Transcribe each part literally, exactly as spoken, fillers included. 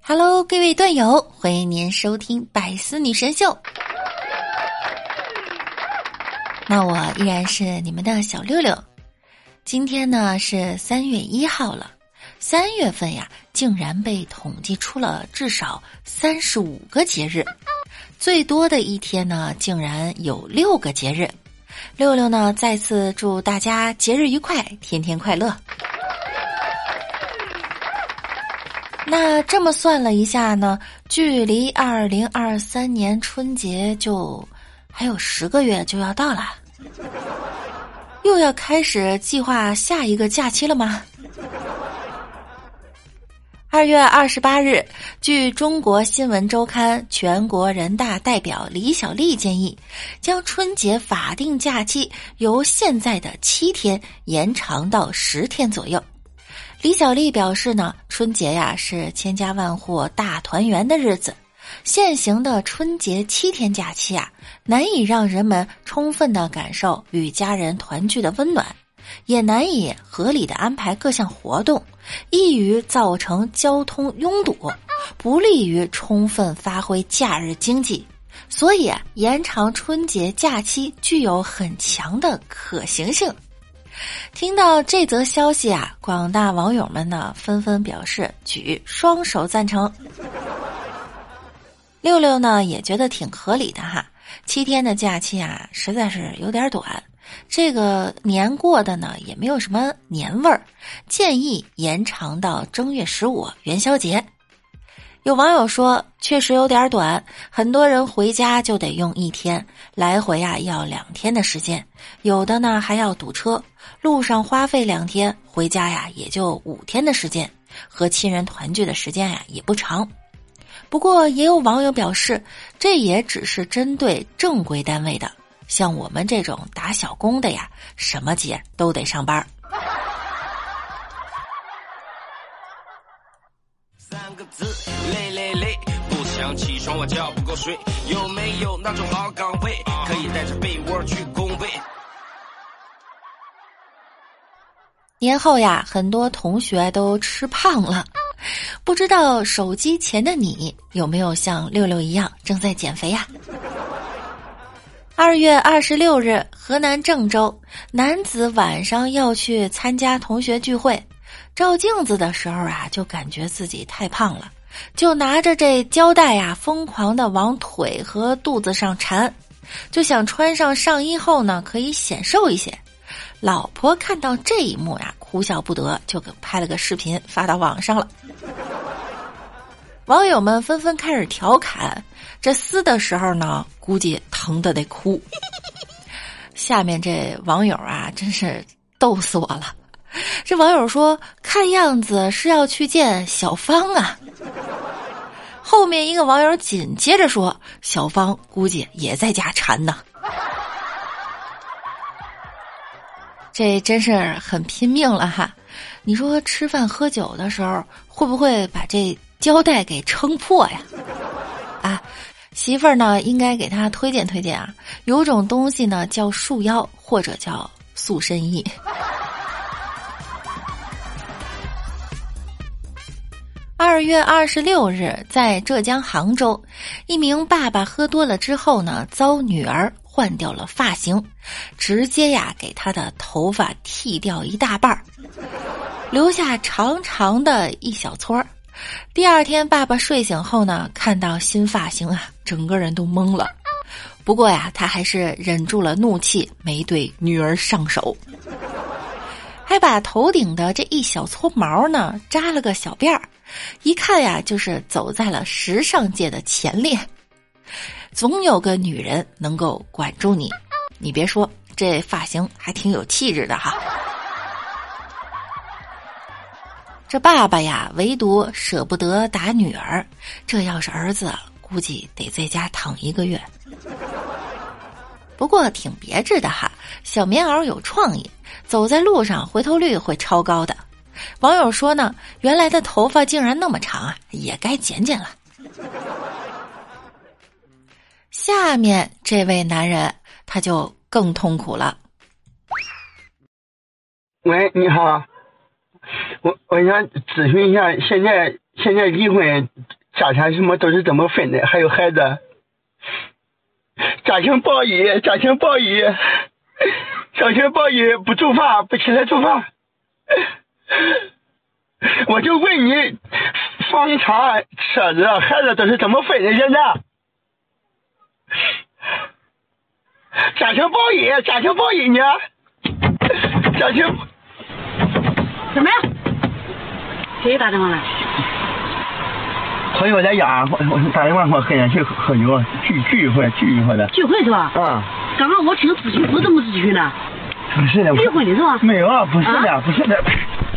Hello， 各位段友，欢迎您收听百思女神秀。那我依然是你们的小六六。今天呢是三月一号了，三月份呀，竟然被统计出了至少三十五个节日，最多的一天呢，竟然有六个节日。六六呢，再次祝大家节日愉快，天天快乐。那这么算了一下呢，距离二零二三年春节就还有十个月就要到了，又要开始计划下一个假期了吗？二月二十八日，据中国新闻周刊，全国人大代表李小丽建议，将春节法定假期由现在的七天延长到十天左右。李小丽表示呢，春节呀是千家万户大团圆的日子，现行的春节七天假期啊，难以让人们充分地感受与家人团聚的温暖，也难以合理地安排各项活动，易于造成交通拥堵，不利于充分发挥假日经济。所以啊，延长春节假期具有很强的可行性。听到这则消息啊，广大网友们呢纷纷表示举双手赞成。六六呢也觉得挺合理的哈，七天的假期啊实在是有点短，这个年过的呢也没有什么年味儿，建议延长到正月十五元宵节。有网友说确实有点短，很多人回家就得用一天，来回啊要两天的时间，有的呢还要堵车，路上花费两天，回家呀也就五天的时间，和亲人团聚的时间呀也不长。不过也有网友表示，这也只是针对正规单位的，像我们这种打小工的呀，什么节都得上班。 三个字，累累累，不想起床我觉不够睡，有没有那种好岗位，可以带着被窝去工位。 年后呀，很多同学都吃胖了，不知道手机前的你有没有像六六一样正在减肥呀？二月二十六日，河南郑州男子晚上要去参加同学聚会，照镜子的时候啊，就感觉自己太胖了，就拿着这胶带呀，疯狂的往腿和肚子上缠，就想穿上上衣后呢，可以显瘦一些。老婆看到这一幕呀，哭笑不得，就给拍了个视频发到网上了。网友们纷纷开始调侃，这撕的时候呢，估计疼得得哭。下面这网友啊，真是逗死我了。这网友说，看样子是要去见小芳啊。后面一个网友紧接着说，小芳估计也在家馋呢。这真是很拼命了哈！你说吃饭喝酒的时候，会不会把这胶带给撑破呀？啊，媳妇儿呢，应该给他推荐推荐啊，有种东西呢叫束腰，或者叫塑身衣。二月二十六日，在浙江杭州，一名爸爸喝多了之后呢，遭女儿换掉了发型，直接呀给他的头发剃掉一大半，留下长长的一小撮。第二天爸爸睡醒后呢，看到新发型啊，整个人都懵了。不过呀，他还是忍住了怒气，没对女儿上手，还把头顶的这一小撮毛呢扎了个小辫儿，一看呀就是走在了时尚界的前列。总有个女人能够管住你，你别说，这发型还挺有气质的哈。这爸爸呀，唯独舍不得打女儿，这要是儿子，估计得在家躺一个月。不过挺别致的哈，小棉袄有创意，走在路上回头率会超高的。网友说呢，原来的头发竟然那么长啊，也该剪剪了。下面这位男人他就更痛苦了。 喂，你好，我我想咨询一下，现在现在离婚家产什么都是怎么分的，还有孩子，家庭暴力，家庭暴力，家庭暴力不做饭，不起来做饭。我就问你，房产、车子、孩子都是怎么分的？现在，家庭暴力，家庭暴力呢？家庭什么呀？谁打电话来？ 朋友在家，我我打电话我喝点去喝酒，聚聚一会儿，聚一会儿的。 聚会是吧？ 啊。 刚刚我听咨询不怎么咨询呢？ 不是的。 离婚的是吧？ 没有啊，不是的， 啊、 不是的。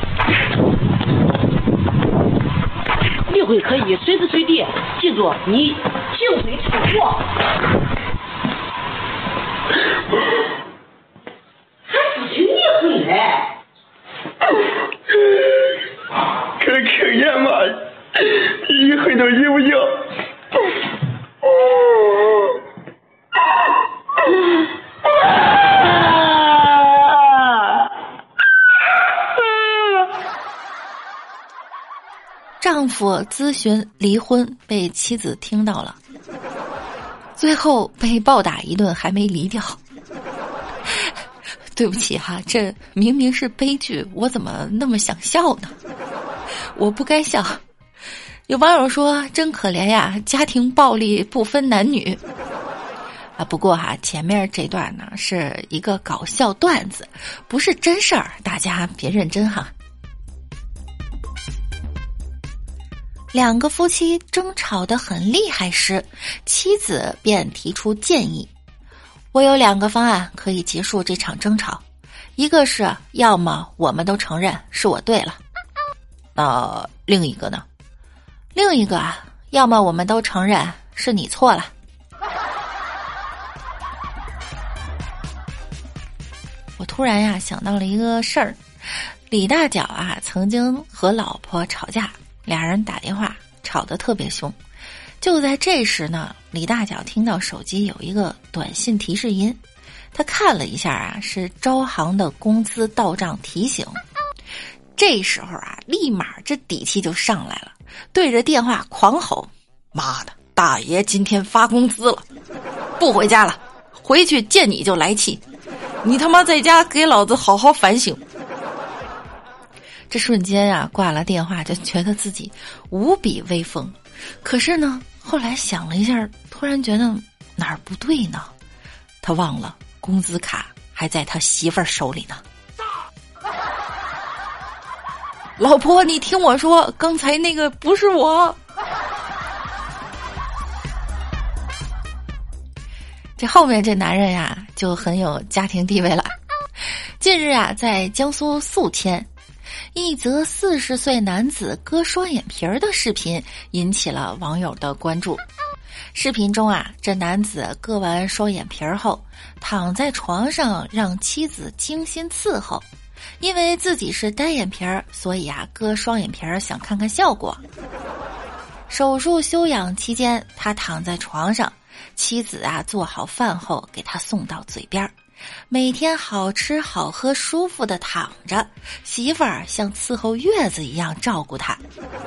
离婚可以随时随地，记住你净水出货。还咨询离婚嘞？ 可可怜嘛，离婚都离不掉。 丈夫咨询离婚被妻子听到了，最后被暴打一顿还没离掉。对不起哈，这明明是悲剧，我怎么那么想笑呢？我不该笑。有网友说真可怜呀，家庭暴力不分男女啊。不过哈，前面这段呢是一个搞笑段子，不是真事儿，大家别认真哈。两个夫妻争吵得很厉害时，妻子便提出建议：我有两个方案可以结束这场争吵，一个是要么我们都承认是我对了，那另一个呢？另一个啊，要么我们都承认是你错了。我突然呀想到了一个事儿，李大脚啊曾经和老婆吵架，俩人打电话吵得特别凶。就在这时呢，李大脚听到手机有一个短信提示音，他看了一下啊，是招行的工资到账提醒。这时候啊，立马这底气就上来了，对着电话狂吼：妈的，大爷今天发工资了，不回家了，回去见你就来气，你他妈在家给老子好好反省。这瞬间啊，挂了电话就觉得自己无比威风。可是呢，后来想了一下，突然觉得哪儿不对呢？他忘了工资卡还在他媳妇儿手里呢。老婆，你听我说，刚才那个不是我。这后面这男人呀，就很有家庭地位了。近日啊，在江苏宿迁，一则四十岁男子割双眼皮儿的视频引起了网友的关注。视频中啊，这男子割完双眼皮儿后，躺在床上让妻子精心伺候。因为自己是单眼皮儿，所以啊，割双眼皮儿想看看效果。手术休养期间，他躺在床上，妻子啊做好饭后给他送到嘴边，每天好吃好喝舒服的躺着，媳妇儿像伺候月子一样照顾他。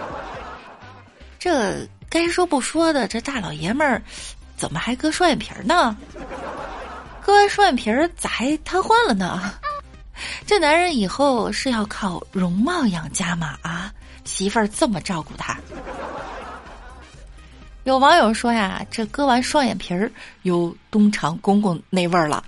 这该说不说的，这大老爷们儿怎么还割双眼皮儿呢？割完双眼皮儿咋还瘫痪了呢？这男人以后是要靠容貌养家吗？啊，媳妇儿这么照顾他。有网友说呀，这割完双眼皮儿有东厂公公那味儿了。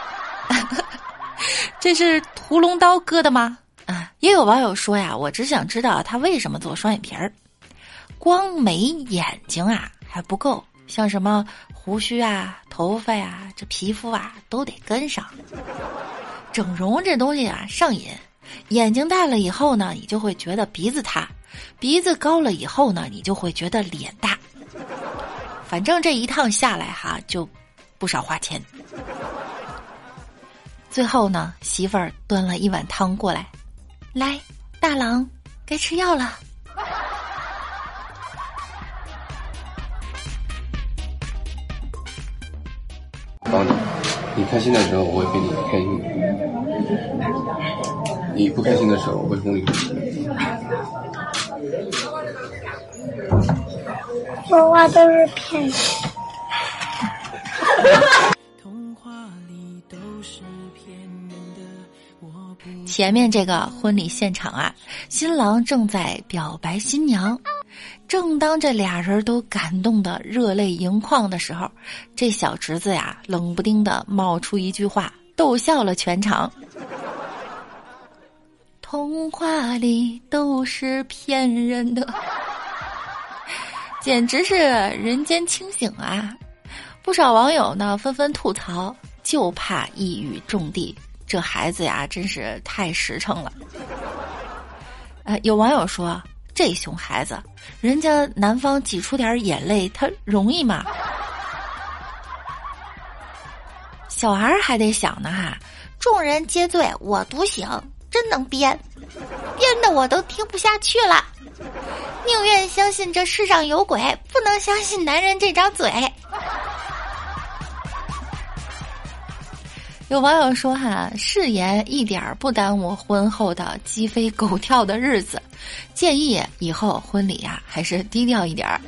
这是屠龙刀割的吗？啊，也有网友说呀，我只想知道他为什么做双眼皮儿，光眉眼睛啊还不够，像什么胡须啊、头发呀、这皮肤啊都得跟上。整容这东西啊上瘾，眼睛大了以后呢，你就会觉得鼻子塌，鼻子高了以后呢，你就会觉得脸大。反正这一趟下来哈，就不少花钱。最后呢，媳妇儿端了一碗汤过来，来，大郎，该吃药了。 帮你，你开心的时候我会陪你开心，你不开心的时候我会哄你。 说话都是骗人。 前面这个婚礼现场啊，新郎正在表白新娘，正当这俩人都感动得热泪盈眶的时候，这小侄子呀，冷不丁的冒出一句话，逗笑了全场。童话里都是骗人的，简直是人间清醒啊！不少网友呢纷纷吐槽，就怕一语中的。这孩子呀，真是太实诚了。呃，有网友说，这熊孩子，人家男方挤出点眼泪，他容易吗？小孩还得想呢哈，众人皆醉我独醒，真能编，编的我都听不下去了。宁愿相信这世上有鬼，不能相信男人这张嘴。有网友说哈，誓言一点不耽误婚后的鸡飞狗跳的日子，建议以后婚礼呀、啊、还是低调一点儿。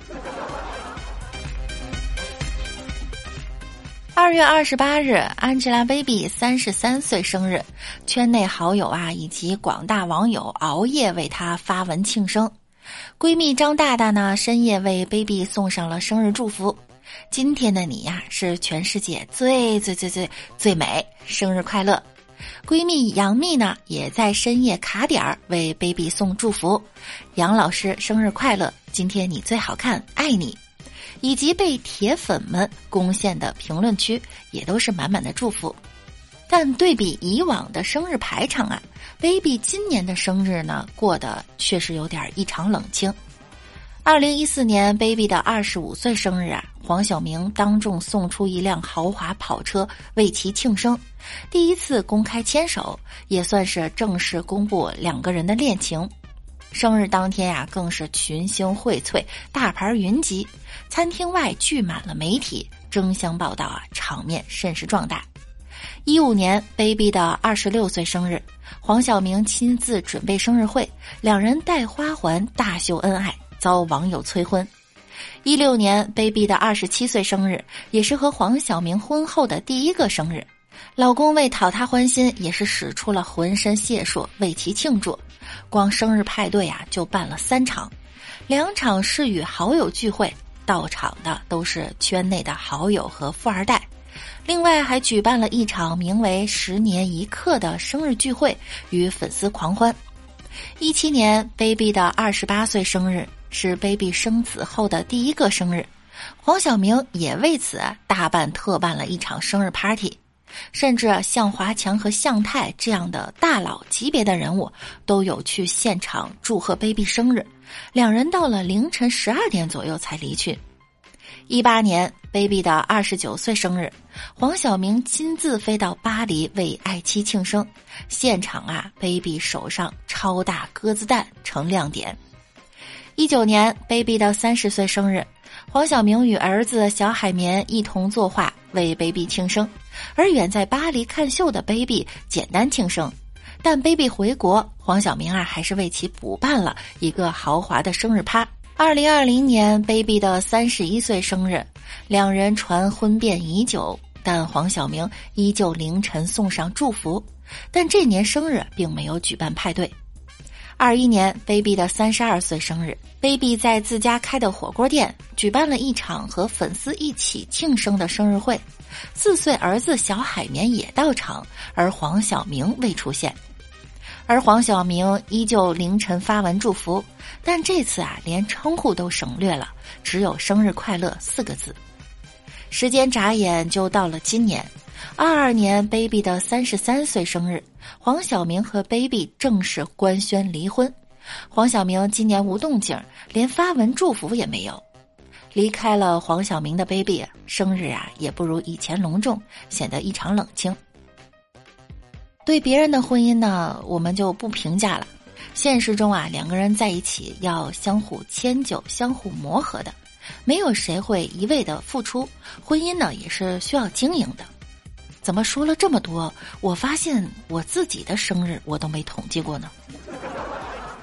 二月二十八日 ，Angelababy 三十三岁生日，圈内好友啊以及广大网友熬夜为她发文庆生。闺蜜张大大呢，深夜为 baby 送上了生日祝福。今天的你呀，是全世界最最最最最美，生日快乐！闺蜜杨幂呢，也在深夜卡点儿为 baby 送祝福。杨老师生日快乐！今天你最好看，爱你！以及被铁粉们攻陷的评论区，也都是满满的祝福。但对比以往的生日排场啊 ，baby 今年的生日呢，过得确实有点异常冷清。二零一四年 baby 的二十五岁生日啊，黄晓明当众送出一辆豪华跑车为其庆生，第一次公开牵手，也算是正式公布两个人的恋情。生日当天呀、啊，更是群星荟萃，大牌云集，餐厅外聚满了媒体，争相报道啊，场面甚是壮大。一五年 baby 的二十六岁生日，黄晓明亲自准备生日会，两人戴花环大秀恩爱，遭网友催婚。一六年 baby 的二十七岁生日，也是和黄晓明婚后的第一个生日，老公为讨她欢心，也是使出了浑身解数为其庆祝，光生日派对啊就办了三场，两场是与好友聚会，到场的都是圈内的好友和富二代，另外还举办了一场名为十年一刻的生日聚会，与粉丝狂欢。一七年 baby 的二十八岁生日，是 baby 生子后的第一个生日，黄晓明也为此大办特办了一场生日 party， 甚至向华强和向太这样的大佬级别的人物都有去现场祝贺 baby 生日，两人到了凌晨十二点左右才离去。一八年 baby 的二十九岁生日，黄晓明亲自飞到巴黎为爱妻庆生，现场啊 baby 手上超大鸽子蛋成亮点。一九年 baby 的三十岁生日，黄晓明与儿子小海绵一同作画为 baby 庆生，而远在巴黎看秀的 baby 简单庆生，但 baby 回国，黄晓明啊还是为其补办了一个豪华的生日趴。二零二零年 baby 的三十一岁生日，两人传婚变已久，但黄晓明依旧凌晨送上祝福，但这年生日并没有举办派对。二一年 baby 的三十二岁生日， baby 在自家开的火锅店举办了一场和粉丝一起庆生的生日会，四岁儿子小海绵也到场，而黄晓明未出现。而黄晓明依旧凌晨发文祝福，但这次啊连称呼都省略了，只有生日快乐四个字。时间眨眼就到了今年二二年 baby 的三十三岁生日，黄晓明和 baby 正式官宣离婚。黄晓明今年无动静，连发文祝福也没有。离开了黄晓明的 baby 生日啊也不如以前隆重，显得异常冷清。对别人的婚姻呢，我们就不评价了。现实中啊，两个人在一起要相互迁就、相互磨合的，没有谁会一味的付出。婚姻呢，也是需要经营的。怎么说了这么多，我发现我自己的生日我都没统计过呢。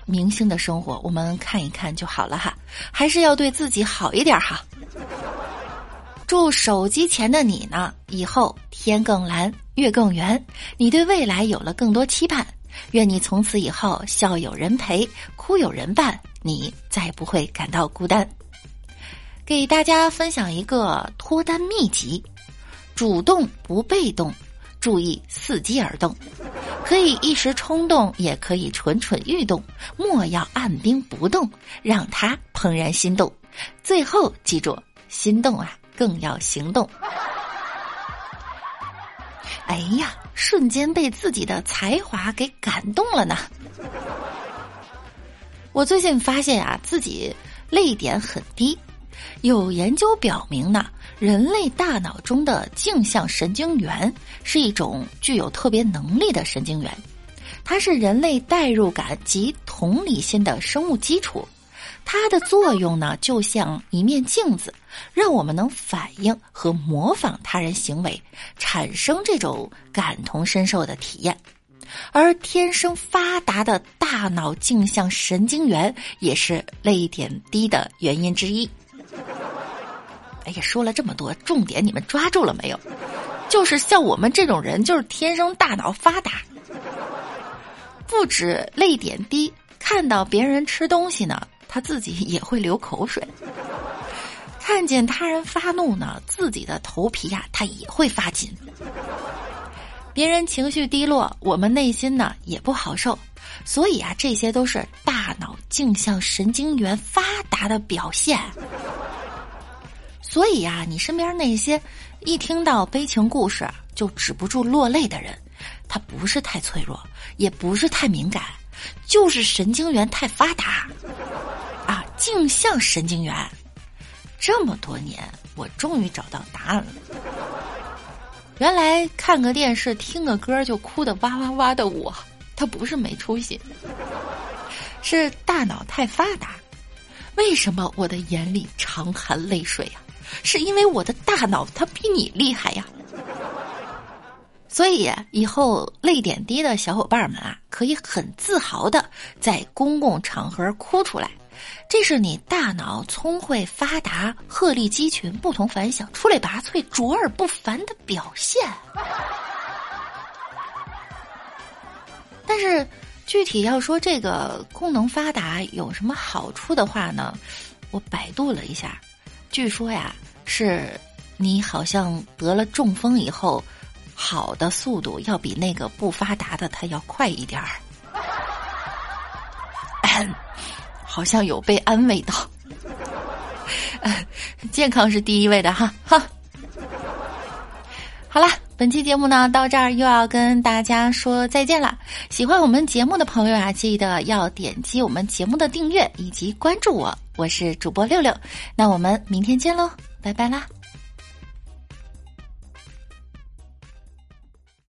明星的生活我们看一看就好了哈，还是要对自己好一点哈。祝手机前的你呢，以后天更蓝，月更圆，你对未来有了更多期盼。愿你从此以后笑有人陪，哭有人伴，你再不会感到孤单。给大家分享一个脱单秘籍：主动不被动，注意伺机而动。可以一时冲动，也可以蠢蠢欲动，莫要按兵不动，让他怦然心动。最后记住，心动啊更要行动。哎呀，瞬间被自己的才华给感动了呢。我最近发现啊，自己泪点很低。有研究表明呢，人类大脑中的镜像神经元是一种具有特别能力的神经元，它是人类代入感及同理心的生物基础。它的作用呢，就像一面镜子，让我们能反映和模仿他人行为，产生这种感同身受的体验。而天生发达的大脑镜像神经元也是泪点低的原因之一。哎呀，说了这么多，重点你们抓住了没有？就是像我们这种人，就是天生大脑发达。不止泪点低，看到别人吃东西呢，他自己也会流口水。看见他人发怒呢，自己的头皮呀、啊，他也会发紧。别人情绪低落，我们内心呢也不好受。所以啊，这些都是大脑镜像神经元发达的表现。所以啊，你身边那些一听到悲情故事就止不住落泪的人，他不是太脆弱，也不是太敏感，就是神经元太发达啊！镜像神经元。这么多年，我终于找到答案了。原来看个电视、听个歌就哭得哇哇哇的我，他不是没出息，是大脑太发达。为什么我的眼里常含泪水呀、啊？是因为我的大脑它比你厉害呀。所以以后泪点低的小伙伴们啊，可以很自豪的在公共场合哭出来，这是你大脑聪慧发达、鹤立鸡群、不同凡响、出类拔萃、卓尔不凡的表现。但是具体要说这个功能发达有什么好处的话呢，我百度了一下，据说呀，是你好像得了中风以后，好的速度要比那个不发达的它要快一点儿。好像有被安慰到。健康是第一位的哈哈。好啦，本期节目呢到这儿又要跟大家说再见了。喜欢我们节目的朋友啊，记得要点击我们节目的订阅以及关注我，我是主播六六。那我们明天见喽，拜拜啦。